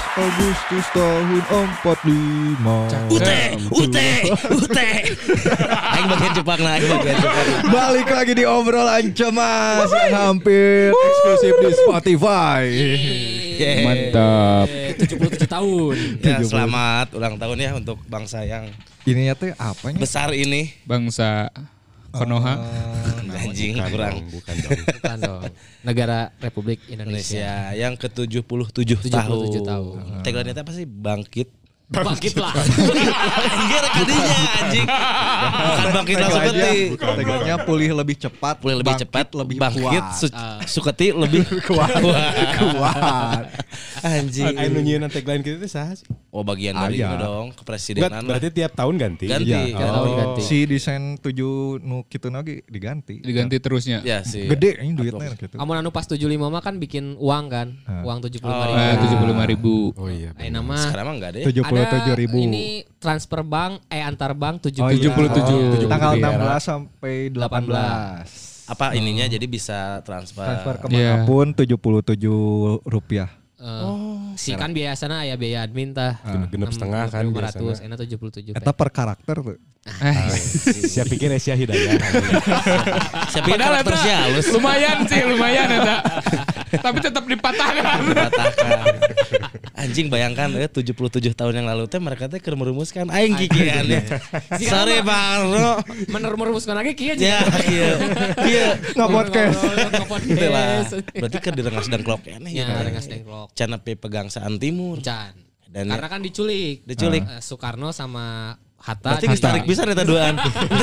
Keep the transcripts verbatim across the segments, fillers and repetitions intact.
Agustus tahun empat puluh lima. Ute, ute, ute. Aing bagian Jepang lah, aing bagian Jepang. Balik lagi di obrolan cemas yang hampir eksklusif di Spotify. Yeah. Mantap. tujuh puluh tujuh tahun. Ya, selamat ulang tahun ya untuk bangsa yang Ini ya teh apanya? besar ini. Bangsa Konoha. Anjing Bukan kurang. dong, bukan dong. Bukan dong. Negara Republik Indonesia. Indonesia yang ke tujuh puluh tujuh tujuh puluh tujuh tahun. Tagline-nya apa sih? Bangkit. Bangkit lah. Anjir kadinya anjing. Bukan bangkit langsung peti. Tagline-nya pulih lebih cepat, Pulih lebih bangkit cepat, lebih bangkit, kuat. su- Ah. suketi lebih kuat. Kuat. Anjing. Anu nyieun tagline kita teh saha sih? Oh bagian dari Aya. itu dong Enggak, kepresidenan. berarti tiap tahun ganti. Ganti. Iya. Tiap tahun ganti. Si desain tujuh nu kitu lagi diganti. Diganti terusnya. Ya sih. Gede ini duitnya gitu. Kamu anu pas tujuh puluh lima mah kan bikin uang kan? Ah. Uang tujuh puluh lima Oh. ribu. Ah, tujuh puluh lima ribu. Oh iya. Eh nama Sekarang mah enggak ada ya. tujuh puluh tujuh ribu. ini transfer bank eh antar bank tujuh Oh, puluh iya. tujuh puluh tujuh. Oh, tanggal Iya. enam belas sampai delapan belas. Apa ininya jadi bisa transfer. Transfer Iya. kemanapun tujuh puluh tujuh rupiah. Eh, si kan biasanya aya biaya admin tah. Genep- genep setengah kan lima ratus, biasana. enak tujuh puluh tujuh. Eta per karakter tuh. Siapa pikir Asia Hidayah. Siapa yang karakter sih halus. Lumayan sih, lumayan ya. Tapi tetap dipatahkan. Patahkan. Anjing bayangkan eh tujuh puluh tujuh tahun yang lalu teh mereka teh keur merumuskan aing kikian ya. Sorry Bang Arno. Meneruskan lagi kieu Ya, iya. Iya. Nge-podcast. Gitu lah. Berarti kan direngas dan klok eneh Ya, ya. rengas dengklok. Can nepi pegangsaan timur. Can. Dan Karena kan diculik. diculik. Eh, Soekarno sama Hatta. Berarti geus tarik bisa eta duaan.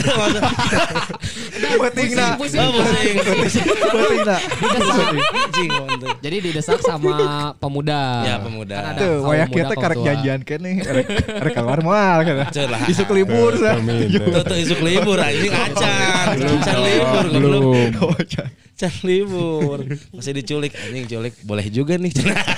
Pentingna. Pusing, Oh, pusing. Pentingna. Anjing mantep. Jadi didesak sama pemuda. Ya, pemuda. Kan ada Tuh, kaum wayak muda, kita kaum karek tua. janjian kene rek rek keluar moal kan. Celah. Isuk libur sah. Tuh tuh isuk libur anjing acan. Can libur goblok. Belum. Can libur. Masih diculik anjing culik. Boleh juga nih.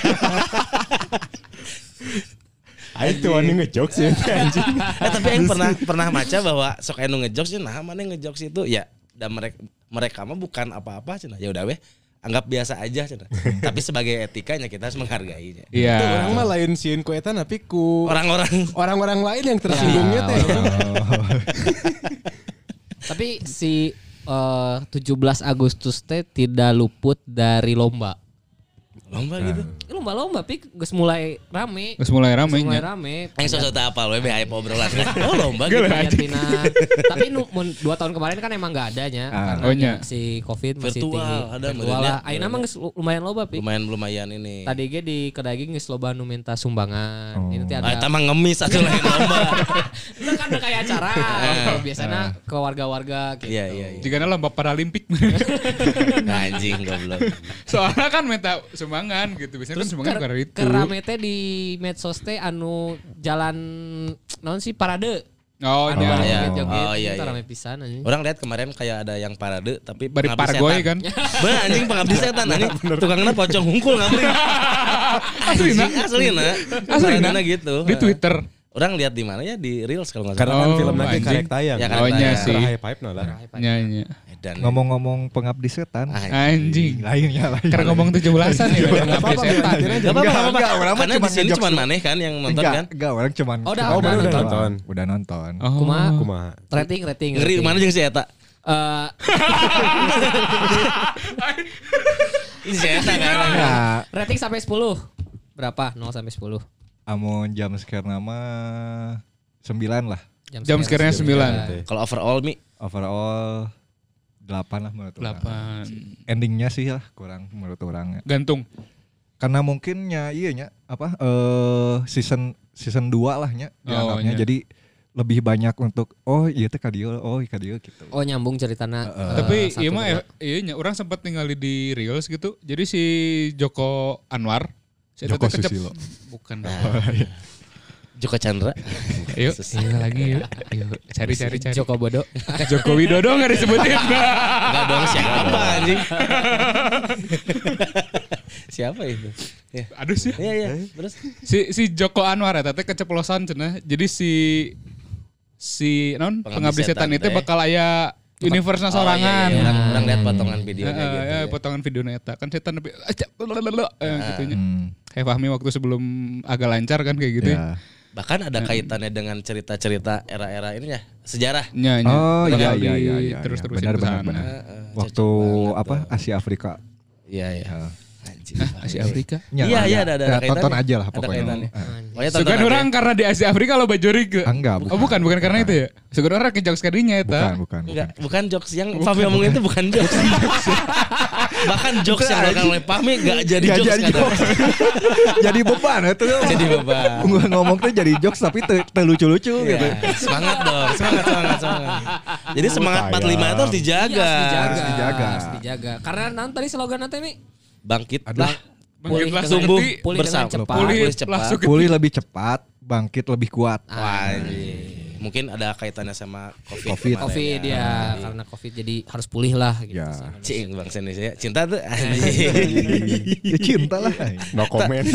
Aing tuh anu ngejokes ya anjing. Eh, tapi aing pernah pernah maca bahwa sok anu ngejokes nah mana ngejokes itu ya dan mereka mereka mah bukan apa-apa cenah. Ya udah weh anggap biasa aja cenah. Tapi sebagai etikanya kita harus menghargainya. Iya. Tuh orang mah lain sieun ku eta tapi ku Orang-orang orang-orang lain yang tersinggungnya teh. Tapi si eh, tujuh belas Agustus teh tidak luput dari lomba. lomba gitu. Lomba-lomba pik geus mulai rame. Terus mulai rame Geus mulai nya. rame. Aing sosok apa we hype obrolan. Oh lomba gitu. Argentina. Tapi nu, mun dua tahun kemarin kan emang enggak adanya Ah. karena Oh, nya. si Covid masih Virtual, tinggi. ada Virtual modelnya. lah. Ayeuna mah geus lumayan loba pik. Lumayan lumayan ini. Tadi ge di kedai ge geus loba nu minta sumbangan. Oh. Ini teh Ah, ada. eta mah ngemis atuh lain lomba. Itu kan udah kayak acara. Biasanya ke warga-warga gitu. Iya iya iya. Jika lomba Paralimpik. Anjing goblok. Soalnya kan minta sumbangan gitu. Biasanya kan sumbangan karena itu. Kerame teh di medsos teh anu jalan naon sih parade. Oh, Anu iya. bareng iya. joget-joget, Oh, iya, itu iya. rame pisan anjing. Orang lihat kemarin kayak ada yang parade tapi Bari pengabdi Pargoy setan. kan. Bener anjing pengabdi setan anjing. Tukangna pocong hungkul ngabri. Aslina? Anjing, Aslina. Aslina? Paradena gitu. Di Twitter. Orang lihat di mana ya di Reels kalau nggak Karena salah. kan Oh, film lagi anjing. karek tayang. Ya, Oh, karek nya tayang. sih. Kerahaya pipe nah lah. Nyanyi. Edan. Ngomong-ngomong pengabdi setan. Anjing. Lainnya lain. Karena ngomong tujuh belasan ya. Ngabdi setan. Gak apa-apa, Enggak, gak enggak, apa-apa. orang mah Karena cuman di sini ngejokes cuma doang. maneh kan yang nonton Enggak, kan. enggak orang cuman Oh, udah, cuman udah nonton. nonton. Udah nonton. Oh. Kumaha? Kumaha? Rating rating. Ngeri rating. mana jeung si eta. Eh, Ini si eta kan. Ya, rating sampai sepuluh. Berapa? nol sampai sepuluh. amun jam scare nama sembilan lah. Jam sekarangnya sembilan. Kalau overall mi Overall delapan lah menurut orang. Delapan. Endingnya sih lah kurang menurut orang. Gantung. Karena mungkinnya iya nya apa eh season season dua lah nya dianggapnya. nya. Jadi lebih banyak untuk oh iya teh kadio, oh iya kadio gitu. Oh nyambung ceritana. Heeh. eh, Tapi satu iya mah dua. iya nya orang sempat tinggal di Reels gitu. Jadi si Joko Anwar si Joko eta teh kecep- Susilo. Bukan dong. Joko Chandra. Ayo, iya lagi yuk. Ayo, cari cari cari. Joko Bodo. Joko Widodo nggak disebutin. Enggak dong siapa anjing. Siapa itu? Ya. Aduh sih. Iya iya. Terus Si si Joko Anwar eta teh keceplosan cenah. Jadi si si non Pengabdi pengabdi setan, setan itu teh. bakal aya universe Oh, sorangan. iya, iya. Orang, orang lihat potongan videonya Heeh, gitu. ya, Ya. potongan video eta kan setan tapi eh, gitunya. Hmm. kayak Fahmi waktu sebelum agak lancar kan kayak gitu. Ya. Bahkan ada kaitannya dengan cerita-cerita era-era ini ya, sejarah. Ya, ya. Oh iya Bakal iya di- iya iya. terus-terusin benar ke benar sana. benar. Heeh, Waktu cocok banget apa tuh. Asia Afrika. Iya iya. Ya. Anjing. Asia Afrika. Ya, Iya, iya, ya. ada- ada Ya, kaitannya. tonton aja lah Ada pokoknya. kaitannya. Ah. Pokoknya Sugan tonton orang aja. karena di Asia Afrika lo bajorik. Ah, enggak, Oh bukan, bukan karena itu ya. Sugan orang ke jokes kadinya eta. Bukan, bukan. Enggak, bukan jokes yang Fahmi omongin itu bukan jokes. Bahkan jokes yang dilakukan oleh Fahmi enggak jadi Nggak jokes jadi kadang. jokes. Jadi beban itu. Jadi beban. Gua ngomong tuh jadi jokes tapi te- te lucu-lucu gitu. Ya, semangat dong, semangat, semangat, semangat. Jadi semangat empat puluh lima itu harus dijaga. Iya, harus dijaga. Harus dijaga. Harus dijaga. Karena nanti tadi slogan nanti nih Bangkit Aduh. lah, Bangkit lah, tumbuh seperti pulih dengan bersama, cepat. pulih, Pulih cepat. langsung. Pulih lebih cepat, bangkit lebih kuat. Wah, anjing. Mungkin ada kaitannya sama COVID. Covid. kemarin Covid ya. ya, karena Covid jadi harus pulih lah gitu. Ya. Cing bangsa Indonesia cinta tuh anjing. Ya cinta lah. No comment.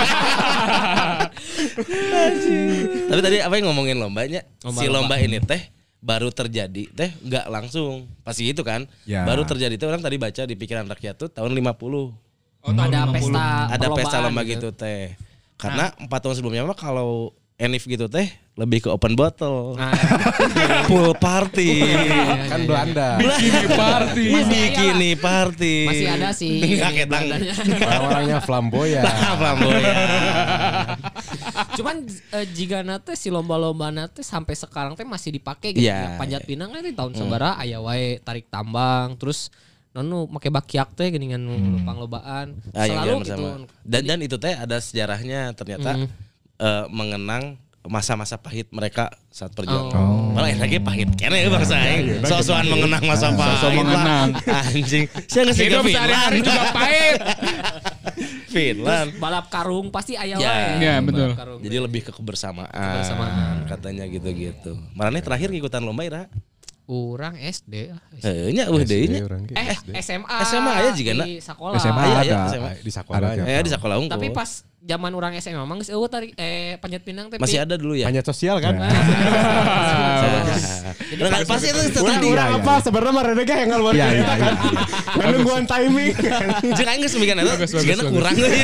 Tapi tadi apa yang ngomongin lombanya? Lomba, si lomba lomba. ini teh baru terjadi teh nggak langsung pasti itu kan. Ya. Baru terjadi teh orang tadi baca di pikiran rakyat tuh tahun lima puluh. Oh, tahun Ada lima puluh. pesta Ada pesta perlombaan lomba gitu teh. Karena empat tahun sebelumnya mah kalau Enif gitu teh lebih ke open bottle. Nah, Pool party. Kan Belanda. Bikini party. Bikini party. masih ada sih. Nggak ketang. Belandanya. Orang-orangnya flamboyan. Flamboyan. Cuman eh, jika nate si lomba-lomba nate sampai sekarang teh masih dipakai gitu. Iya. Ya, Panjat Pinang kan di tahun sabaraha aya wae tarik tambang terus nonu make bakyak teh geuningan hmm. panglobaan. Ah, yang Selalu jalan gitu. bersama. Dan dan itu teh ada sejarahnya ternyata Mm. eh, mengenang masa-masa pahit mereka saat perjuangan. Oh. Malah lagi pahit kene ya bangsa aing. So-soan mengenang masa pahit. So-so mengenang. lah. Anjing. Saya nggak Hidup Finland. sehari-hari juga pahit. Finland. Balap karung pasti aya Ya. wae. Ya, Balap betul. karung. Jadi lebih ke kebersamaan. Kebersamaan. Katanya gitu-gitu. Marane terakhir ikutan lomba Ira. Urang S D ah. Eh nya eueuh deui nya. Orang Eh S M A. S M A aya juga, di sekolah. S M A Iya, ada. iya, S M A. di sekolahnya. Eh di sekolah unggul. Tapi pas zaman orang S M A mah geus eueuh tarik eh Panjat Pinang teh. masih ada dulu ya. Hanya sosial kan? Ya. Nah, pasti itu Orang tadi. orang apa sebenarnya mah rada yang luar Iya, biasa iya, kan. Menungguan timing. Jeung aing geus mikirna eta Bagus, bagus, jigana bagus. kurang euy.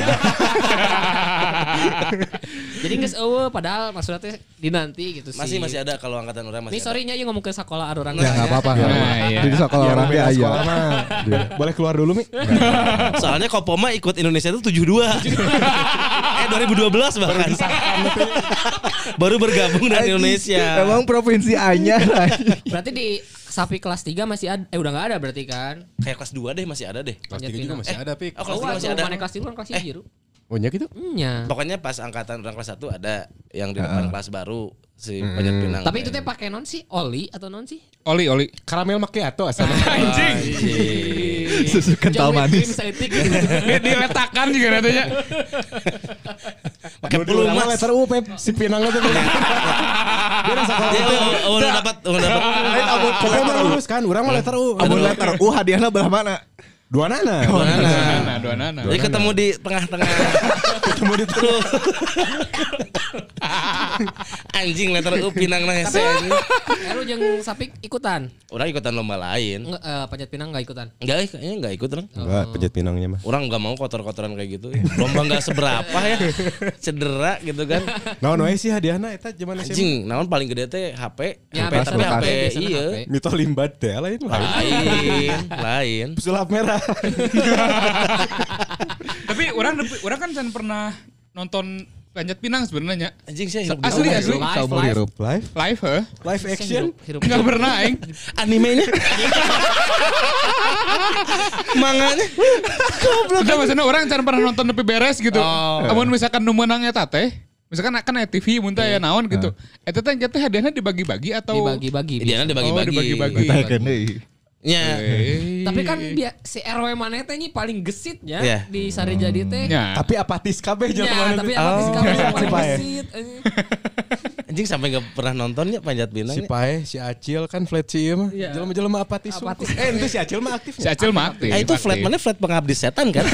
Jadi geus eueuh padahal maksudnya teh dinanti gitu sih. Masih masih ada kalau angkatan orang masih. Ini sorry nya ieu ngomong ke sekolah orang. Ya enggak apa-apa. nggak Nah, apa-apa. iya. Jadi sekolah orang dia aya. Boleh keluar dulu Mi? Ada. Soalnya Kopoma ikut Indonesia itu tujuh dua. eh dua ribu dua belas bahkan. Baru bergabung dengan Indonesia. Emang provinsi anyar. Berarti di sapi kelas tiga masih ada eh udah enggak ada berarti kan? Kayak kelas dua deh masih ada deh. Kelas Panjat tiga juga Pinang. masih Eh, ada Pik. Oh, kelas Oh, tiga masih ada. Mana kelas tiga kan kelas hiji, Ru. Oh nya gitu? Nya. Pokoknya pas angkatan orang kelas satu ada yang di depan kelas baru si Panjat Pinang. Tapi itu teh pakai non sih? Oli atau non sih? Oli, oli. Karamel macchiato asalnya. Anjing. Susu kental Jauh manis. cream seetik. Dia diletakkan juga katanya. pakai Dulu pelumas. mah letter U Pep si pinangnya tuh. Dia rasa Dia oh, udah dapat, udah dapat. Pokoknya mah lulus kan, urang mah letter U. Amun letter U hadiahna belah mana? Dua nana. Dua nana, dua nana. Jadi ketemu di tengah-tengah. Ketemu di terus. Anjing letter U Pinang hese anjing. Eh lu jeung Sapik ikutan? Orang ikutan lomba lain. Enggak eh, Panjat Pinang enggak ikutan. Enggak, kayaknya enggak ikut orang. Enggak, pejat pinangnya mah. Orang nggak mau kotor-kotoran kayak gitu. Lomba nggak seberapa ya, cedera gitu kan. Naon wae sih hadiahna eta zaman S M A. Anjing, naon paling gede teh H P. Ya, H P biasa tapi H P biasanya iya. H P. Mito limbat teh lain lain. Lain, lain. Sulap merah. Tapi orang orang kan jangan pernah nonton Panjat Pinang sebenarnya. Anjing sih hidup Asli, di asli. Live, Saumur live. hirup. Live, Live, heh. live action. Hirup, hirup. Enggak pernah aing. animenya. Manganya. Udah maksudnya orang jangan pernah nonton tapi beres gitu. Oh. Amun misalkan nu meunang eta teh, misalkan kan aya T V mun teh aya naon gitu. Eta teh teh hadiahnya dibagi-bagi atau Dibagi-bagi. Dia dibagi-bagi. Oh, dibagi-bagi. Teh deui. Ya. Eh. Tapi kan dia si R W maneh teh nya paling gesit ya Iya. di Sarijadi teh. Ya. Tapi apatis kabeh Ya, zaman tapi itu. apa sih kamu yang paling Si Pae. gesit? anjing. Anjing sampai nggak pernah nontonnya Panjat Pinang. Si Pae, si Acil kan flat sih mah. Iya. Jelema-jelema apatis. Apatis. Eh, itu si Acil mah aktif. Si Acil mah aktif. Ah itu flat aktif. mana flat pengabdi setan kan?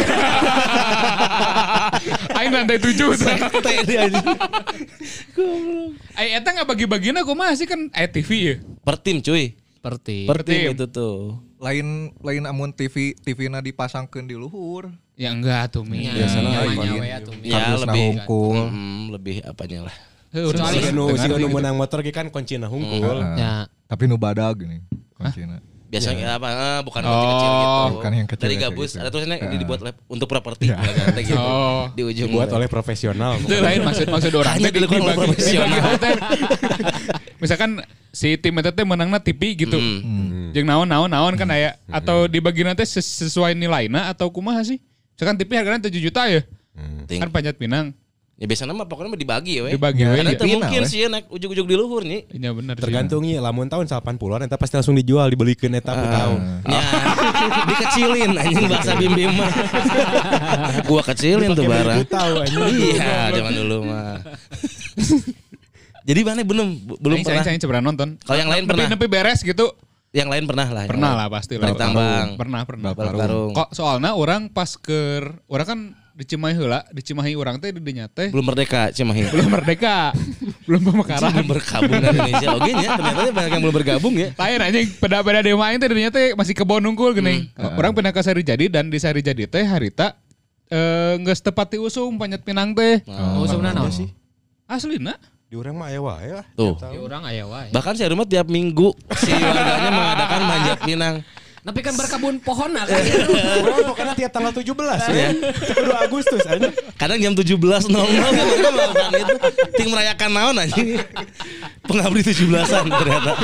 Aing lantai tujuh. Teh dia anjing. Aing eta enggak bagi-bagiina kumaha sih kan aya T V ya. Per tim cuy. Seperti Per tim tim. itu tuh. Lain lain amun T V T V-na dipasangkeun di luhur. Ya enggak tuh Mi. Ya, Biasana ya, lain. ya, ya, tuh, Mi. Ya Kardusna lebih hungkul. mm, lebih apanya lah. Heuh, urang Kecuali- Si nu si dengar nu gitu. menang motor ge kan kuncina hungkul. Heeh. Ya. Tapi nu badag gini kuncinya. Biasanya apa? eh, bukan Oh, kecil-kecil gitu. bukan yang kecil Dari kayak gabus gitu. ada tulisannya Heeh. dibuat lab untuk properti Ya. kata gitu. Oh. Di ujung. Dibuat oleh profesional. Itu lain maksud maksud orang Hanya teh di- dilakukan oleh dibagi- profesional. dibagi teh. Misalkan si tim eta teh menangna T V gitu. Hmm. Hmm. Jeung naon-naon-naon kan aya atau dibagi nanti sesuai nilainya atau kumaha sih? Misalkan T V harganya tujuh juta ya. Ting. Kan Panjat Pinang Ya biasanya mah pokoknya mah dibagi ya we. dibagi we. Karena ya. itu Pina, mungkin we. sih naik ujung-ujung di luhur nih. Iya bener sih. Tergantung nya lamun tahun delapan puluhan eta pasti langsung dijual dibelikeun eta ku tahu. Ya, dikecilin anjing bahasa bim-bim mah. Gua kecilin tuh barang. Tahu anjing. Iya, zaman dulu mah. Jadi mana belum belum Aing pernah. saya pernah nonton. Kalau yang lain pernah? Nepi beres gitu. Yang lain pernah lah. yang Pernah lain. lah pasti Tarik lah. tambang. Pernah pernah. Balap karung. Kok soalnya orang pas ke orang kan di Cimahi heula, di Cimahi orang teh di dinya teh Belum merdeka Cimahi. belum merdeka. belum pemekaran. Belum bergabung ke Indonesia. Oke ya, ternyata banyak yang belum bergabung ya. Lain anjing pada-pada dia main teh dinya teh masih kebon nungkul geuning. Orang pindah ke Sari Jadi dan di Sari Jadi teh harita eh geus tepati usum Panjat Pinang teh. Oh, sebenarnya naon sih? Aslina. Di urang mah aya wae lah. Tuh. Ya orang aya wae. Bahkan si rumah tiap minggu si warganya mengadakan Panjat Pinang. Tapi kan berkebun pohon lah kan. Urang pokoknya tiap tanggal tujuh belas ya. Kudu Agustus anjing. Kadang jam tujuh belas nol nol kan mereka melakukan itu. Ting merayakan naon anjing. Pengabdi tujuh belasan ternyata.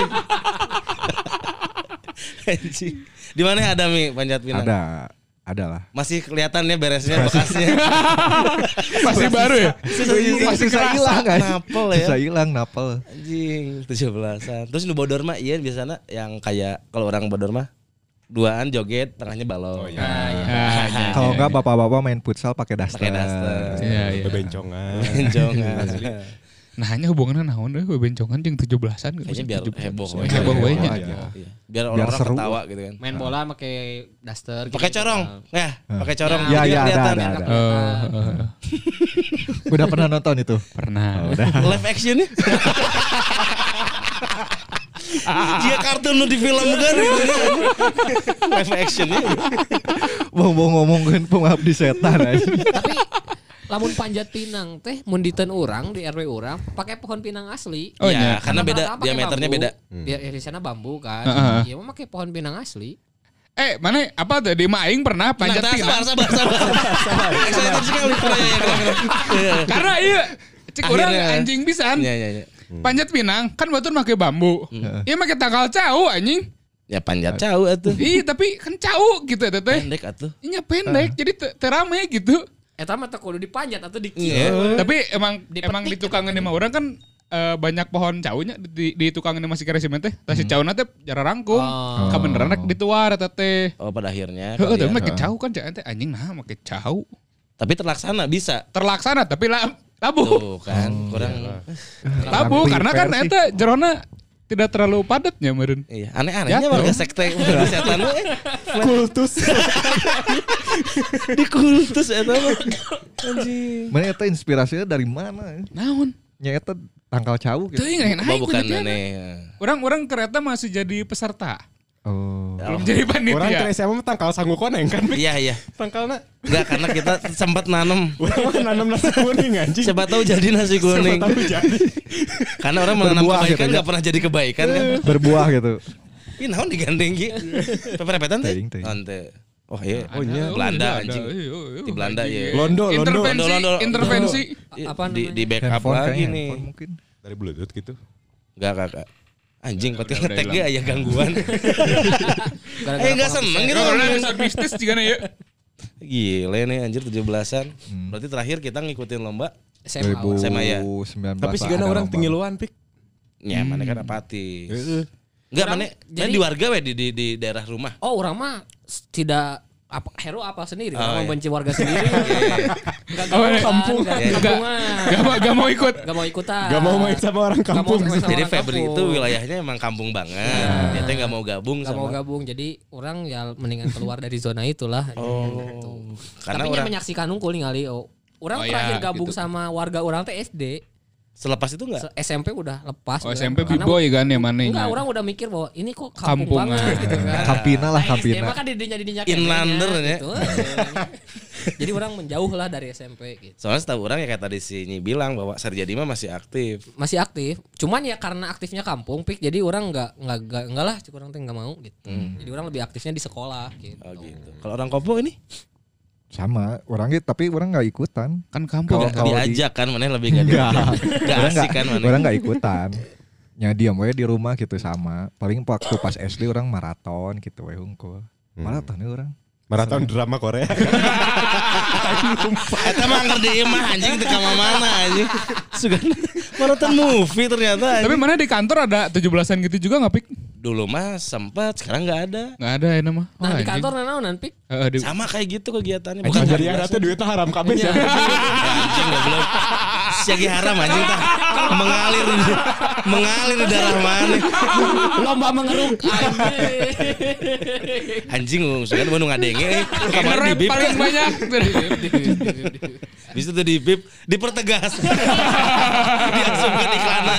Anjing. Di mana ada Mi Panjat Pinang? Ada, ada lah. Masih kelihatan ya beresnya bekasnya. Masih baru ya? Masih bisa hilang kan? Napel ya. Bisa hilang napel. Anjing, tujuh belasan. Terus nu bodor mah iya biasanya yang kayak kalau orang bodor mah duaan joget, tengahnya balon. Ah, iya. Kalau enggak bapak-bapak main futsal pakai daster. Pakai daster. Iya, iya. Bebencongan. Bencongan. Nah hanya hubungannya naon deh bebencongan jeung tujuh belasan Kayaknya biar heboh. we. Heboh we nya. Iya. Biar orang-orang seru. ketawa gitu kan. Main bola pakai daster. Pakai corong. Ya, pakai corong. Ya, Jadi ya, ada, kelihatan. ada, ada. Oh, oh, Udah pernah nonton itu? pernah. Live action nih. Jika kartun nu di film kan gitu. Live action nih. Mau mau ngomongin pengabdi setan aja. Tapi lamun Panjat Pinang teh mun diteun urang di R W urang pakai pohon pinang asli. Oh, Ya, iya. karena beda Rata-rata pakai diameternya bambu. beda. Di, di sana bambu kan. Heeh. Iya mah pakai pohon pinang asli. Eh mana apa tuh di Maing pernah Panjat Nah, Pinang? sabar, sabar, sabar. sabar. Excited sekali pernah ya, kira-kira. Iya. Karena iya cek orang Akhirnya. anjing pisan. Iya, iya, iya. Panjat Pinang kan batur make bambu. Iya make tanggal cau anjing. Ya panjat jauh atuh. Ih tapi kan cau gitu eta teh. Pendek atuh. Iya pendek jadi te- terame gitu. Eta mah teh kudu dipanjat atau di Iya. Tapi emang Dipetik emang di tukangan lima orang kan eh, banyak pohon caunya di, di tukangan masih kare semen teh. Tah si cauna teh jara rangkum. Oh. Kabeneran rek dituar eta teh. Oh pada akhirnya. Heeh, kalian- tapi make cau kan jangan teh anjing nah make cau. Tapi terlaksana bisa. Terlaksana tapi lah labu. Tuh kan kurang. Labu Prepare karena kan sih. eta jerona tidak terlalu padatnya meureun. Iya, aneh-anehnya Ya, warga tuh. sekte warga setan we. Kultus. Di kultus eta mah. Anjing. Mana eta inspirasinya dari mana? Naon? Nya eta tangkal cau gitu. Teu ingat Oh, bukan aneh. Orang-orang kereta masih jadi peserta. Oh. Belum jadi panitia. Orang Teresa mah tangkal sanggu koneng kan. Iya, iya. Tangkalna. Enggak karena kita sempat nanam. Urang mah nanam nasi kuning anjing. Siapa tahu jadi nasi kuning. Siapa tahu jadi. Karena orang menanam Berbuah kebaikan gitu ya. enggak pernah jadi kebaikan kan. Berbuah gitu. Ih, naon digandeng ki? Peperepetan teh? Teuing, teuing. Naon teh? Oh iya. Ada, Belanda oh, ada, anjing. ada. Iya, iya, Di Belanda anjing. ya. Londo, londo. Intervensi, Londo, londo, londo. intervensi. Apa di namanya? di backup Handphone lagi kayaknya, nih. handphone mungkin. Dari Bluetooth gitu. Enggak, kakak. Anjing pati udah ngetek hilang. ge aya gangguan. Gara-gara Eh enggak pohon seneng pisang. gitu. Kalau episode bisnis juga nih ya. Gile nih anjir tujuh belasan. Berarti terakhir kita ngikutin lomba. S M A. dua ribu Sama ya. sembilan belas. Tapi sih ada orang lomba. tinggi luan pik. Ya, mana kan apatis. Heeh. Enggak, Orang- mana jadi- jadi di warga we di di, di daerah rumah. Oh, orang mah s- tidak apa hero apa sendiri, Oh, orang iya. membenci warga sendiri. Enggak Oh, gabungan, iya. Kampung. enggak Iya. gabungan. Gak mau, gak mau ikut. Gak mau ikutan. Gak mau main sama orang Gak mau kampung. main sama Jadi orang Febri kampung. itu wilayahnya emang kampung banget. Dia teh enggak mau gabung Gak mau sama. gabung, jadi orang ya mendingan keluar dari zona itulah. Oh. Karena Tapi nya orang menyaksikan unggul ningali. Oh, orang Oh, terakhir ya, gabung gitu. sama warga orang teh S D. selepas itu enggak? Se- S M P udah lepas. Oh udah. S M P Karena- B-boy kan ya mana Enggak, orang udah mikir bahwa ini kok kampung Kampungan. banget gitu kan. Kampina lah, Nah, S D Kampina. mah kan didinya didinya Inlander, ya. gitu. Jadi orang menjauh lah dari S M P gitu. Soalnya setahu orang ya kayak tadi si Nyi bilang bahwa Sarjadi mah masih aktif. Masih aktif. Cuman ya karena aktifnya kampung pik, jadi orang nggak nggak nggak enggak lah, cuma orang tuh nggak mau gitu. Jadi orang lebih aktifnya di sekolah gitu. Oh gitu. Kalau orang Kopo ini Sama, orang gitu tapi orang nggak ikutan. Kan kampung. Kalau- kalau di- diajak kan mana lebih gak Enggak. Gak Orang asik nggak kan mana. orang nggak ikutan. Ya diam we di rumah gitu sama. Paling waktu pas S D orang maraton gitu we hungkul. Maraton ya orang. Maraton drama Korea. Eta mah angker di imah anjing teu ka mana anjing. Sugan maraton movie ternyata Tapi anjing. mana di kantor ada tujuh belasan gitu juga nggak pik? Dulu mah sempat, sekarang enggak ada. Nggak ada ya nama. Nah di kantor naon pik? Heeh, di Sama kayak gitu kegiatannya. Bukan jadi yang nanti duitnya haram kabeh ya. Anjing goblok. Siagi haram anjing tah. Mengalir mengalir di darah mana. Lomba mengeruk. Anjing sugan nu ngadenge kamar di Nge-rap bib. paling banyak. Bisa tuh di bib dipertegas. Diasupkan iklana.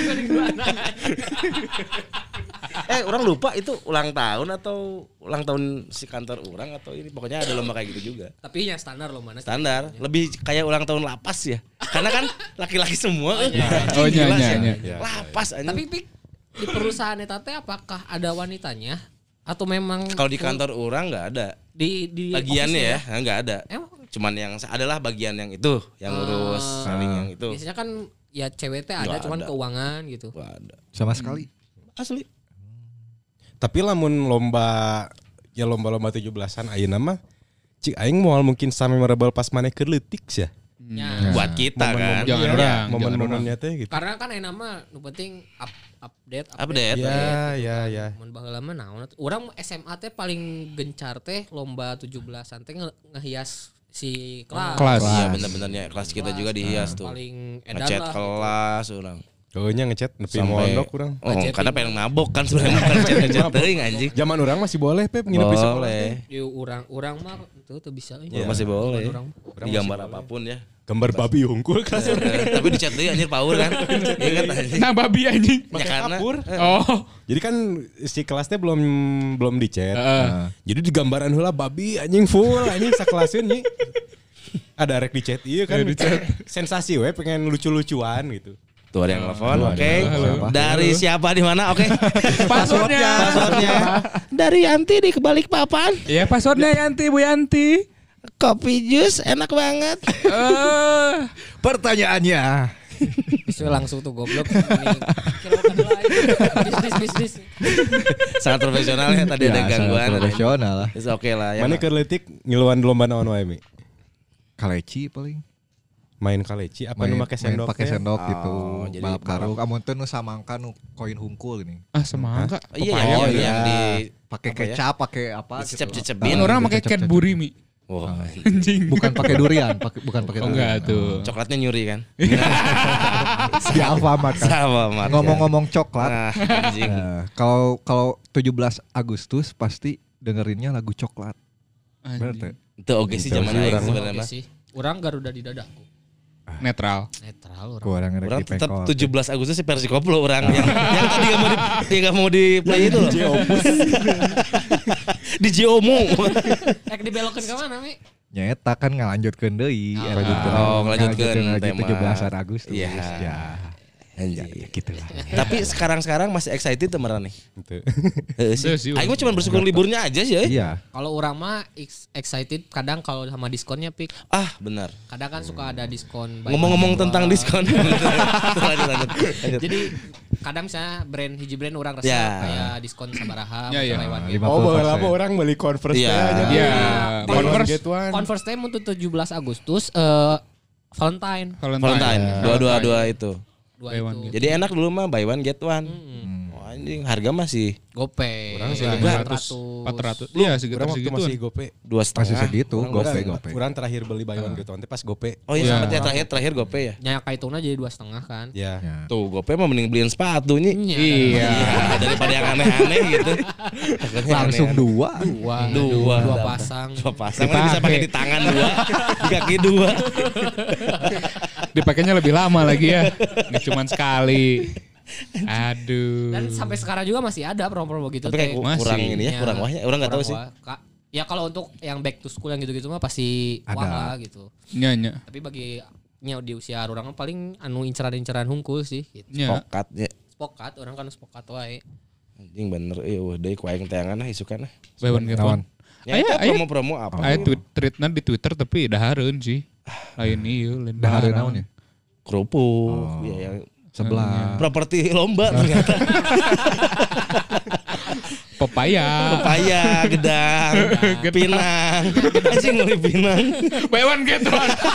Eh orang lupa itu ulang tahun atau ulang tahun si kantor orang atau ini pokoknya ada lomba kayak gitu juga. Tapi yang standar loh mana? Standar, lebih kayak ulang tahun lapas ya. Karena kan laki-laki semua. eh, Oh, anjing, iya, gila iya, sih. iya. Lapas anjing. Tapi pik di perusahaan eta teh apakah ada wanitanya atau memang Kalau di kantor orang nggak ada di di bagiannya ya, office-nya? nggak ada. Emang Cuman yang adalah bagian yang itu, yang ngurus Ah. saling yang itu. biasanya kan ya cewek teh ada Nggak cuman ada. keuangan gitu. Nggak ada. Sama sekali. Asli. Tapi lamun lomba ya lomba-lomba tujuh belasan ayeuna mah cik aing moal mungkin sampai memorable pas maneh keur leutik ya. Ya. Buat kita kan. Jangan Iya, orang, momen-momennya teh gitu. Karena kan enak mah nu penting up, update Update. Ya, ya, ya. Mun baheula mah naon atuh. Urang S M A teh paling gencar teh lomba tujuh belasan teh nge- ngehias si kelas. Kelas. Iya bener-benernya kelas kita juga dihias tuh. Paling edan Ngechat lah. kelas orang. Oh nya ngechat nepi Sampai mondok urang. Oh, karena pengen mabok kan sebenarnya bukan ngechat-ngechat teuing anjing. Zaman orang masih boleh Pep nginep di sekolah. Boleh. Di urang urang mah tuh tuh bisa euy. Ya, masih boleh. Urang. Digambar apapun ya. Gambar babi hungkul kelas. Eh, Tapi di chat deui anjir power kan. Iya kan anjing. Nah babi anjing. Ya karena eh, Oh. Jadi kan si kelasnya belum belum dicet. Heeh. Jadi di gambaran heula babi anjing full anjing sakelaskeun nya. Ada rek di chat iya kan. Sensasi we pengen lucu-lucuan gitu. tuh ada yang telepon, oke. Siapa? Dari siapa di mana? Oke. Passwordnya. Passwordnya dari Yanti di kebalik papan. Ya passwordnya Yanti Bu Yanti. Kopi jus enak banget. Eh. Pertanyaannya. Bisa langsung tuh goblok. Ini kira kedua bisnis bisnis. Sangat profesional ya tadi ada Ya, sangat gangguan. profesional lah. It's oke lah ya. Mana keur leutik ngiluan lomba naon wae Mi? Kaleci paling. Main kaleci apa nu make sendok? pakai teh? sendok Oh, gitu. jadi Balap karung. Amun teu nu samangka nu koin hungkul gini. Ah semangka. Iya, Papaya. oh, iya. yang di Pakai Apa ya? kecap, pakai apa gitu. Dicecep-cecepin. Kan orang pakai Dicecep-cecep. Cadbury Mi. Oh, Anjing. Bukan pakai durian, pakai bukan pakai Oh durian. enggak tuh. coklatnya nyuri kan? Di Alfamart kan. Sama Mat. Ngomong-ngomong coklat, Nah, anjing. nah, kalau kalau tujuh belas Agustus pasti dengerinnya lagu coklat. Bener tuh? Itu oke sih zaman sih aing orang. sebenarnya. Oke sih. Urang Garuda di dadaku. Netral. Netral Ku urang. orang Orang ngerti tetap pengkol. tujuh belas Agustus si Persi Koplo orang yang yang tadi gak mau di yang gak mau di play itu loh. Di Jiomo. Eh dibelokeun ka mana Mi? Nyeta kan ngalanjutkeun deui. Oh, Lanjutkeun- oh, ngalanjutkeun lagi tema. tujuh belasan Agustus. Iya. Ya. Ya, Anjing. ya gitu lah. Tapi sekarang-sekarang masih excited temeran nih. Gitu. Heeh Tuh sih. sih, Aing mah cuma bersyukur liburnya aja sih. eh. Iya. Kalau urang mah ex- excited kadang kalau sama diskonnya pik. Ah, benar. Kadang kan suka ada diskon. buy Ngomong-ngomong one, tentang get diskon. lanjut, lanjut, lanjut. Jadi kadang misalnya brand hiji brand orang resep Ya. kayak diskon sabaraha Ya, ya. buy one, get lima Oh, puluh baheula persen. mah orang beli Converse Iya. teh aja. Iya. Buy one Converse. get one. Converse teh untuk tujuh belas Agustus eh Valentine Valentine. Dua-dua-dua itu. dua Buy one, itu. get Jadi enak dulu mah buy one get one. Mm-mm. Oh, anjing harga masih Gopay. Urang sih empat lima ratus. ratus. empat ratus. Iya segitu Urang waktu masih segitu. gope. dua setengah. Masih segitu, Orang gope, udah- gope. Urang terakhir beli buy one get one teh pas gope. Oh iya, Iya. sempat ya terakhir terakhir gope ya. Nyak kaitungna jadi dua setengah kan. Ya. Ya. Tuh gope mah mending beliin sepatu nih. Iya. Iya. Iya, daripada yang aneh-aneh gitu. Langsung dua. Dua, Dua. dua pasang. Dua pasang kan bisa pakai di tangan dua, di kaki dua. Dipakainya lebih lama lagi ya. Nggak cuma sekali. Aduh. Dan sampai sekarang juga masih ada promo-promo gitu. Tapi kayak teh. Masih. kurang ini ya, Iya. kurang wahnya. Orang nggak tahu sih. Kurang wah. Ka- Ya kalau untuk yang back to school yang gitu-gitu mah pasti Ada. wah lah gitu. Nya nya. Tapi bagi nya di usia orang mah paling anu inceran-inceran hungkul sih gitu. Nya. Pokatnya. Spokat orang kan spokat wae. Anjing bener euy wah deui ku aing teangan isukan. Bewan gitu. Naon? Ya Aya- eta aya- promo-promo apa? Aya tweet tweetna di Twitter tapi dahareun sih. Lain ieu lain Dahareun barang. naon ya? Kerupuk ya yang Sebelah. properti lomba ternyata. Pepaya. Pepaya, gedang, pinang. Anjing meuli pinang. Bewan gitu.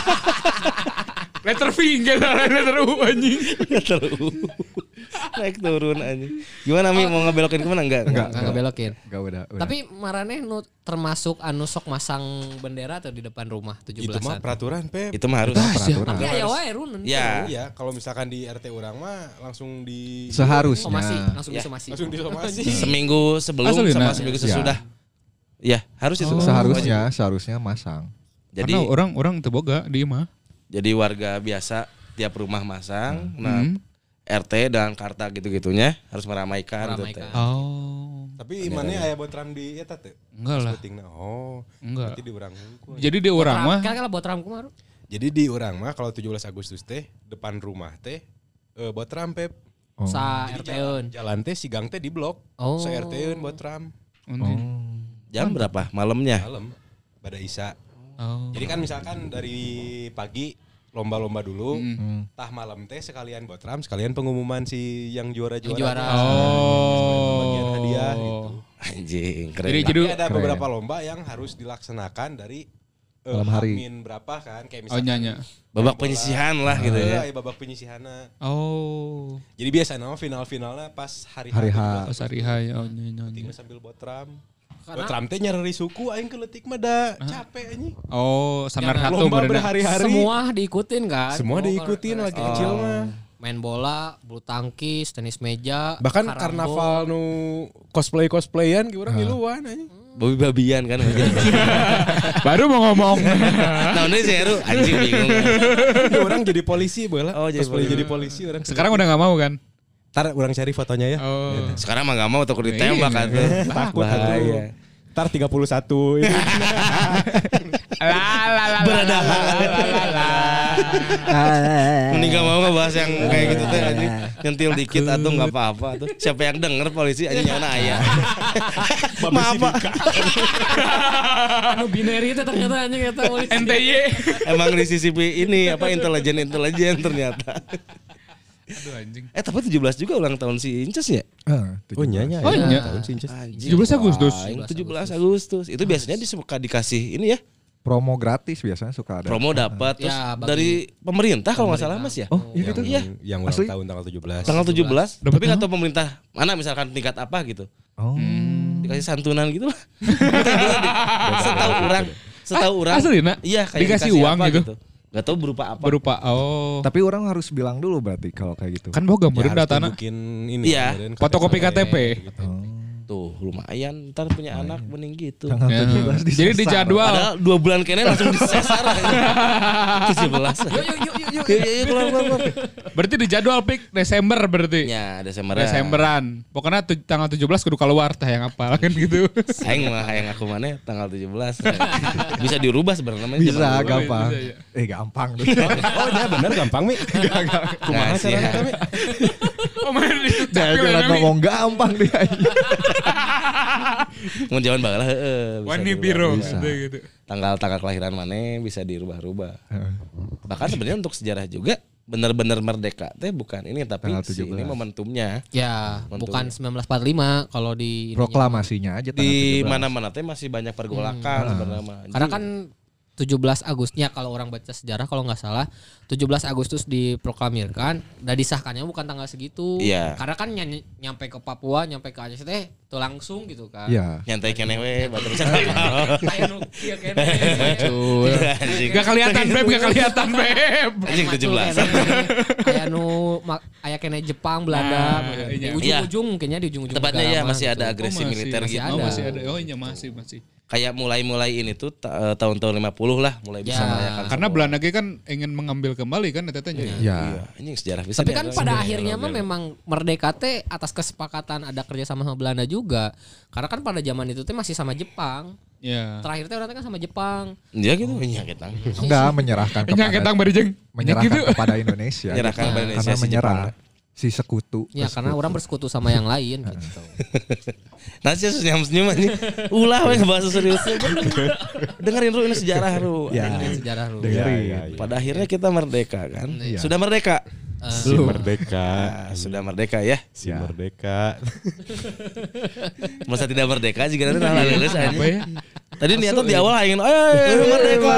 Letter V gitu, letter U anjing. Terus naik turun anjing. Gimana Mi mau ngebelokin kemana enggak? Enggak. Enggak ngebelokin. Enggak udah, udah. Tapi maraneh nu termasuk anu sok masang bendera atau di depan rumah tujuh Itu mah belasan. peraturan Pep. Itu mah harus. peraturan. Tapi aya wae runen. Ya. Iya, kalau misalkan di R T urang mah langsung di Seharusnya. Somasi, langsung Ya. disomasi. langsung disomasi. Seminggu sebelum Asli, sama nah. seminggu Ya. sesudah. Ya, harus itu. Seharusnya, seharusnya masang. Jadi Karena orang orang teu boga di imah. jadi warga biasa tiap rumah masang. Nah, Hmm. R T dan karta gitu-gitunya harus meramaikan, Meramaikan. gitu. Oh. Tapi imannya aya botram di eta teh. Enggak lah. Sebutingna. Oh. Enggak. Berarti di urang hungkul. Jadi di orang mah Kira-kira botram kumaha? Jadi di urang mah kalau tujuh belas Agustus teh depan rumah teh eh, botram Pep. Oh. Sa Jadi R T-eun. Jalan teh si gang teh di blok. Oh. Se R T-eun botram. anjing. Jam berapa? Malamnya. Malam pada Isa. Oh. Jadi kan misalkan dari pagi lomba-lomba dulu, Hmm. tah malam teh sekalian botram, sekalian pengumuman si yang juara-juara. Yang juara. Oh. Bagian hadiah gitu. Anjing, keren. Jadi- banget. Tapi ada keren. beberapa lomba yang harus dilaksanakan dari eh, Malam hari. Hamin berapa kan, kayak Oh misalkan nyanya. Babak penyisihan lah gitu ya. Eh, babak penyisihana. Oh. Jadi biasa nama final-finalnya pas hari Hari H. Pas hari hai oh nyanya. Tinggal sambil botram. Karena- Botram teh nyari suku aing keletik mah da capek anjing. Oh, sanar Jangan hatu Lomba berenang. berhari-hari. Semua diikutin kan? Semua Oh, diikutin kalau- lagi kecil mah. Main bola, bulu tangkis, tenis meja, Bahkan karambol. karnaval nu cosplay-cosplayan ki urang ngiluan anjing. Babi-babian kan. Baru mau ngomong. Nah, ini sih Heru anjing bingung. Ya, orang jadi polisi bola. Oh, jadi cosplay polisi. jadi polisi orang. Sekarang udah nggak mau kan? Ntar orang cari fotonya ya. Oh. Sekarang mah gak mau takut ditembak kan tuh. Takut Bahaya. atuh. Ntar tiga puluh satu itu. La la la Berada. Ah. Mending gak mau ngebahas yang kayak gitu teh anjing. Nyentil dikit atau enggak apa-apa tuh. Siapa yang denger polisi anjing nyawana aya. Maaf Pak. anu binary itu ternyata anjing eta polisi. N T Y. Emang di C C P ini apa intelijen-intelijen ternyata. Aduh anjing. Eh tapi tujuh belas juga ulang tahun si Inces ya? Ah, Oh nyanya. Oh, ya. nya. Tahun sih Inces. Anjing, tujuh belas Agustus. wah, tujuh belas Agustus. Itu biasanya disuka dikasih ini ya. Promo gratis biasanya suka ada. Promo dapat terus Ya, bagi- dari pemerintah kalau nggak salah Mas ya. Oh, iya Yang, gitu. Iya. yang ulang Asli? tahun tanggal tujuh belas. Tanggal tujuh belas. Dapat Tapi nggak apa? tahu pemerintah mana misalkan tingkat apa gitu. Oh. Dikasih santunan gitu lah. Setahu orang, setahu orang. Asli, Nak? Iya, kayak Dikasih dikasih uang apa gitu? Gak tahu berupa apa. Berupa oh. Tapi orang harus bilang dulu berarti kalau kayak gitu. Kan boga meureun datana. Bikin ini. Iya. meureun Fotokopi K T P. gitu. Tuh lumayan ntar punya anak mending gitu. Tanggal Ya. tujuh belas Jadi disesar. dijadwal. Padahal dua bulan kene langsung disesar aja. tujuh belas. Yuk yuk yuk yuk yuk. Yuk keluar keluar keluar. Berarti dijadwal pik Desember berarti. Ya Desember. Desemberan. Pokoknya tu, tanggal tujuh belas kudu keluar tah yang apa kan gitu. Aing mah hayang aku mana tanggal tujuh belas. Bisa dirubah sebenarnya namanya. Bisa zaman dulu. gampang. bisa, ya. Eh gampang tuh. Oh ya bener gampang Mi. Kumaha Nggak sih, carana ya. Mi? Oh main di Nah, itu orang ngomong gampang dia. Mau jaman bagelah heeh. bisa Wani dirubah. biro Bisa. gitu, gitu. Tanggal-tanggal kelahiran mana bisa dirubah-rubah. Bahkan sebenarnya untuk sejarah juga benar-benar merdeka teh bukan ini tapi Tanggal si tujuh belas. ini momentumnya Ya, Mantul. bukan sembilan belas empat puluh lima kalau di ininya. Proklamasinya aja tanggal di tujuh belas. mana-mana teh masih banyak pergolakan sebenarnya mah. Karena kan tujuh belas Agustusnya kalau orang baca sejarah kalau nggak salah tujuh belas Agustus diproklamirkan dan disahkannya bukan tanggal segitu. Iya. Karena kan ny- nyampe ke Papua, nyampe ke Aceh teh tuh langsung gitu kan. Iya. nyantai kene we batur bisa. Kayak nu kieu kene. Anjing. Gak kelihatan beb, gak kelihatan beb. Anjing tujuh belas. Kayak nu ma- aya kene Jepang, Belanda, Ah, di iya. ujung-ujung kayaknya di ujung-ujung Tepatnya negara ya mah masih gitu. ada agresi Oh, masih, militer masih gitu. ada. Oh masih ada. Oh iya masih masih. Kayak mulai-mulai ini tuh ta- eh, tahun-tahun lima puluh lah mulai bisa Ya. merayakan. Karena sebuah- Belanda ge kan ingin mengambil kembali kan eta teh. Iya. Iya, anjing sejarah bisa. Tapi deh, kan orang pada ini. akhirnya mah memang merdeka teh atas kesepakatan ada kerja sama sama Belanda juga. Karena kan pada zaman itu teh masih sama Jepang. Ya. Terakhir teh orang teh kan sama Jepang. Iya gitu, nya ketang. Enggak menyerahkan Nya kepada ketang bari jeung. menyerahkan gitu. kepada Indonesia. Menyerahkan gitu. kepada Indonesia Karena si menyerah Jepang. si sekutu. Ya karena orang bersekutu sama yang lain gitu. Nah sih senyum-senyum aja. Ulah we bahasa serius. Dengerin Ru ini sejarah Ru. Ya. Ini sejarah lu. Dengerin. Ya, ya, ya. Pada akhirnya kita merdeka kan. Iya. Sudah merdeka. Si merdeka. Nah, sudah merdeka ya. Si Ya. merdeka. Masa tidak merdeka jika nanti nah lulus aja. Apa ya? Tadi niatnya di awal ingin, "Eh, merdeka."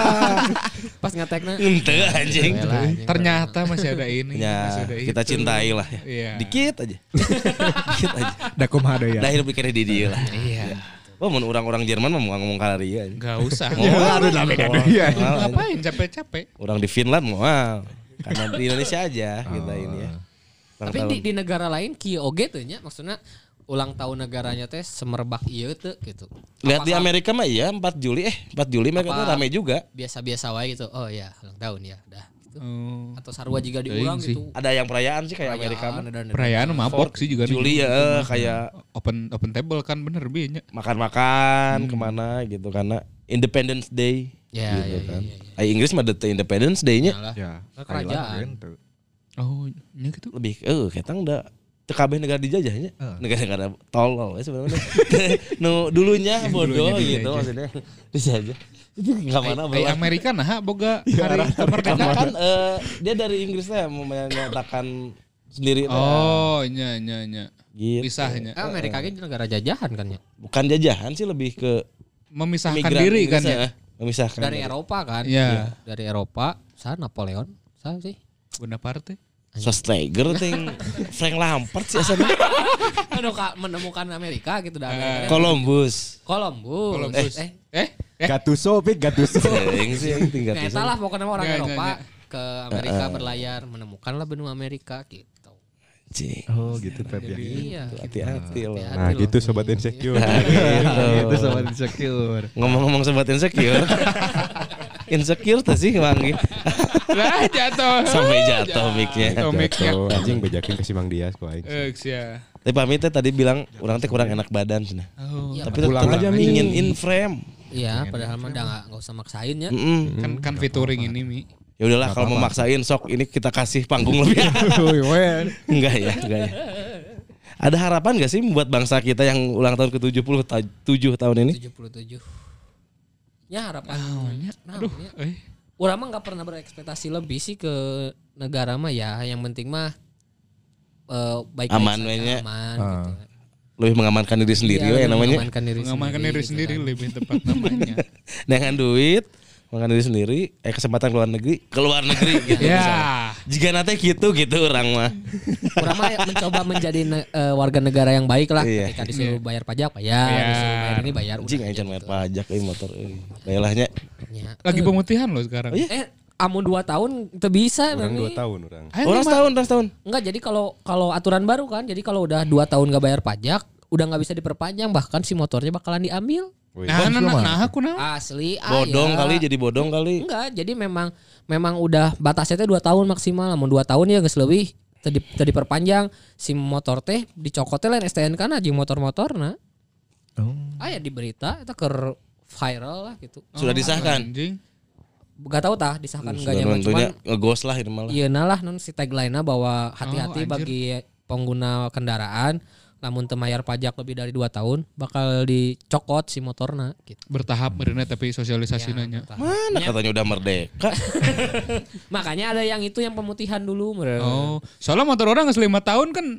Pas ngetekna. Ente anjing. Yalah, anjing. Ternyata masih ada ini. masih Ya, ada kita itu. cintai lah ya. Iya. Dikit aja. Dikit aja. Da kumaha deui ya. Dah hidup pikirnya di dia lah. Iya. Oh, mun orang-orang Jerman mah mau ngomong kalaria. Enggak usah. Mau aduh lah beda deui ya. Ngapain capek-capek? Orang di Finland mau karena di Indonesia aja kita ini ya. Ulang Tapi tahun. di, di negara lain kieu oge teh nya maksudnya ulang tahun negaranya teh semerbak ieu teh gitu. Lihat di Apakah Amerika mah iya empat Juli eh empat Juli mereka tuh Apa- rame juga. biasa-biasa wae gitu. Oh ya, ulang tahun ya, dah. Gitu. Oh. Atau sarua juga Teuing diulang sih. gitu. Ada yang perayaan sih kayak Amerika mah. Perayaan, ada- Perayaan mabok sih juga. Juli ya eh, kayak Open open table kan bener bi nya. makan-makan kemana gitu karena Independence Day Ya, gitu ya, kan. ya, ya, Ay, Inggris mah the Independence Day-nya Yalah. Ya. Kerajaan. Thailand, tuh. Oh, nya gitu. lebih eh kita udah T K B negara dijajahnya. Heeh. Negara-negara tolol ya sebenarnya. No dulunya bodoh Dulunya gitu dijajah. maksudnya. Dijajah. Itu enggak mana Ai bawa. Amerika nah boga hari kemerdekaan. Kan eh, dia dari Inggris teh mau menyatakan sendiri teh. Oh, nya nya nya. Gitu. Pisahnya. Eh, Amerika ge negara jajahan kan ya. Bukan jajahan sih lebih ke Memisahkan migran diri Inggris, kan ya. eh, memisahkan Dari Eropa kan. Iya. Dari Eropa, sa Napoleon, sa sih. Bonaparte. Schwarzenegger ting Frank Lampard sih asalnya. Anu ka menemukan Amerika gitu dah. Amerika. Columbus. Columbus. Columbus. Eh, Eh, Gatuso, Pik, Gatuso. Sing sih yang tinggal Nah, eta lah pokoknya orang Nggak, Eropa nggak, ke Amerika berlayar menemukanlah benua Amerika gitu. Oh gitu Pep ya. Iya. Hati-hati loh. Hati-hati Nah loh. gitu Sobat Insecure. Itu sobat insecure. Ngomong-ngomong sobat insecure. Insecure tuh sih Manggi. lah jatuh. Sampai jatuh mic-nya. Jatuh mic-nya. Jatuh. Anjing bejakin ke Simang Dias ku aing. Eh, sia. Tapi pamit teh tadi bilang orang teh kurang enak badan cenah. Oh, Iya, Tapi Pulang tetap aja, Mi. ingin in frame. Iya, padahal mah udah nggak nggak usah maksain ya. Mm-mm. kan kan featuring ini Mi. Ya udahlah kalau memaksain sok ini kita kasih panggung lebih. Enggak ya, enggak ya. Ada harapan gak sih buat bangsa kita yang ulang tahun ke tujuh puluh tujuh tahun ini? tujuh puluh tujuh. Ya harapan. Nah, Aduh, ya. eh. Urang mah nggak pernah berekspektasi lebih sih ke negara mah ya. Yang penting mah eh, baik-baik Aman saja, we nya. aman Ah. gitu. Lebih mengamankan diri sendiri Iya, we namanya. mengamankan diri Mengamankan diri gitu sendiri kan. lebih tepat namanya. Dengan duit, mengamankan diri sendiri, eh kesempatan keluar negeri, keluar negeri gitu. Ya. Jika nanti gitu gitu orang mah. Urang mah mencoba menjadi ne- eh, warga negara yang baik lah. Iya. Ketika disuruh bayar pajak, bayar, Bayar. disuruh bayar ini bayar. Anjing udah aja aja bayar gitu. pajak euy motor euy. Bayarlahnya. Ya. Lagi Eh, pemutihan loh sekarang. Oh iya? Eh, amun dua tahun itu bisa Orang Nani. dua tahun orang. Ayo, Orang Mas. setahun, orang setahun. Enggak, jadi kalau kalau aturan baru kan, jadi kalau udah dua tahun gak bayar pajak, udah nggak bisa diperpanjang, bahkan si motornya bakalan diambil. Wih. Nah, nah, nah, nah, aku nah. Asli, ah, Bodong ya. kali jadi bodong kali. Enggak, jadi memang memang udah batasnya teh dua tahun maksimal. Namun dua tahun ya geus leuwih tadi tadi perpanjang si motor teh dicokot teh lain S T N K na jeung motor-motorna. Oh. Aya di berita eta keur viral lah gitu. Sudah disahkan. Anjing. Gak tahu tah disahkan Sudah enggaknya mah, tentunya cuman ngegos lah itu malah. ieu lah non si tagline-na bahwa hati-hati Oh, anjir. bagi pengguna kendaraan lamun teu mayar pajak lebih dari dua tahun bakal dicokot si motorna gitu. Bertahap benernya tapi sosialisasi Ya, nanya. entah. Mana katanya udah merdeka. Makanya ada yang itu yang pemutihan dulu meureun. Oh, soalnya motor orang nggak lima tahun kan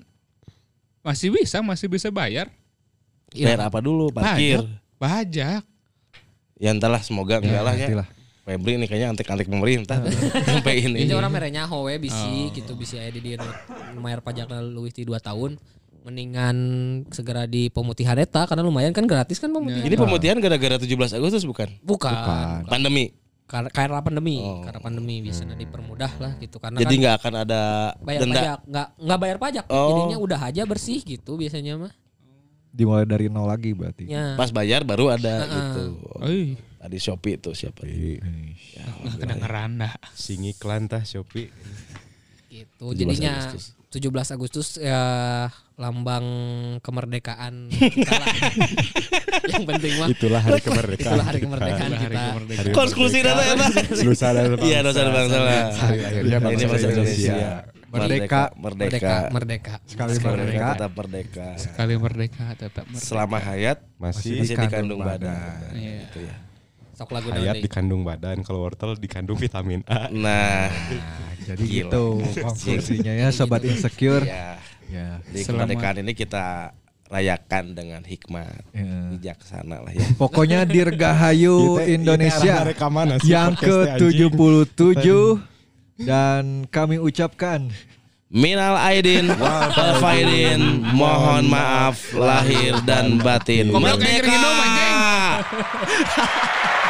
masih bisa, masih bisa bayar. Iya. Bayar apa dulu? Parkir. Pajak. Ya entahlah semoga enggak lah ya. nantilah. Febri ini kayaknya antek-antek pemerintah sampai ini. Jadi orang merenya hoe bisi Oh. gitu bisi aya di dieu mayar pajak leuwih ti dua tahun. Mendingan segera di pemutihan eta karena lumayan kan gratis kan pemutihan. Ini pemutihan gara-gara tujuh belas Agustus bukan? Bukan. Bukan. Pandemi. Karena karena pandemi, Oh. karena pandemi biasanya dipermudah lah gitu karena Jadi kan nggak akan ada bayar denda. pajak, nggak nggak bayar pajak. Oh. Jadinya udah aja bersih gitu biasanya mah. Dimulai dari nol lagi berarti. Ya. Pas bayar baru ada Heeh. gitu. Oi, Tadi Shopee itu siapa? Ih, kedengeran dah. Sing iklan tah Shopee. Gitu. Jadinya tujuh belas Agustus ya lambang kemerdekaan kita lah. Yang penting mah Itulah hari kemerdekaan. itulah hari kemerdekaan kita. Hari Konklusi data eta. Nusa dan bangsa. Iya, Nusa dan bangsa lah. Hari lahirnya Ini bangsa bangsa Indonesia. Indonesia. Merdeka. merdeka, Merdeka, merdeka. Sekali Sekali merdeka. tetap merdeka. Sekali merdeka tetap merdeka. Selama hayat Masih masih dikandung dikandung badan. badan. Iya. Gitu ya. Sok lagu hayat deui. dikandung badan, kalau wortel dikandung vitamin A. Nah, Nah, jadi Gila. gitu konklusinya ya sobat insecure. ya. Ya. Di Selamat. kemerdekaan ini kita rayakan dengan hikmat, Ya. bijaksana lah ya. Pokoknya Dirgahayu Kita- Indonesia kita rekaman sih yang podcast ke teh, anjing. tujuh puluh tujuh dan kami ucapkan Minal aidin wal faidin, mohon maaf lahir dan batin. Goblok, kayak Merdeka. minum, anjing.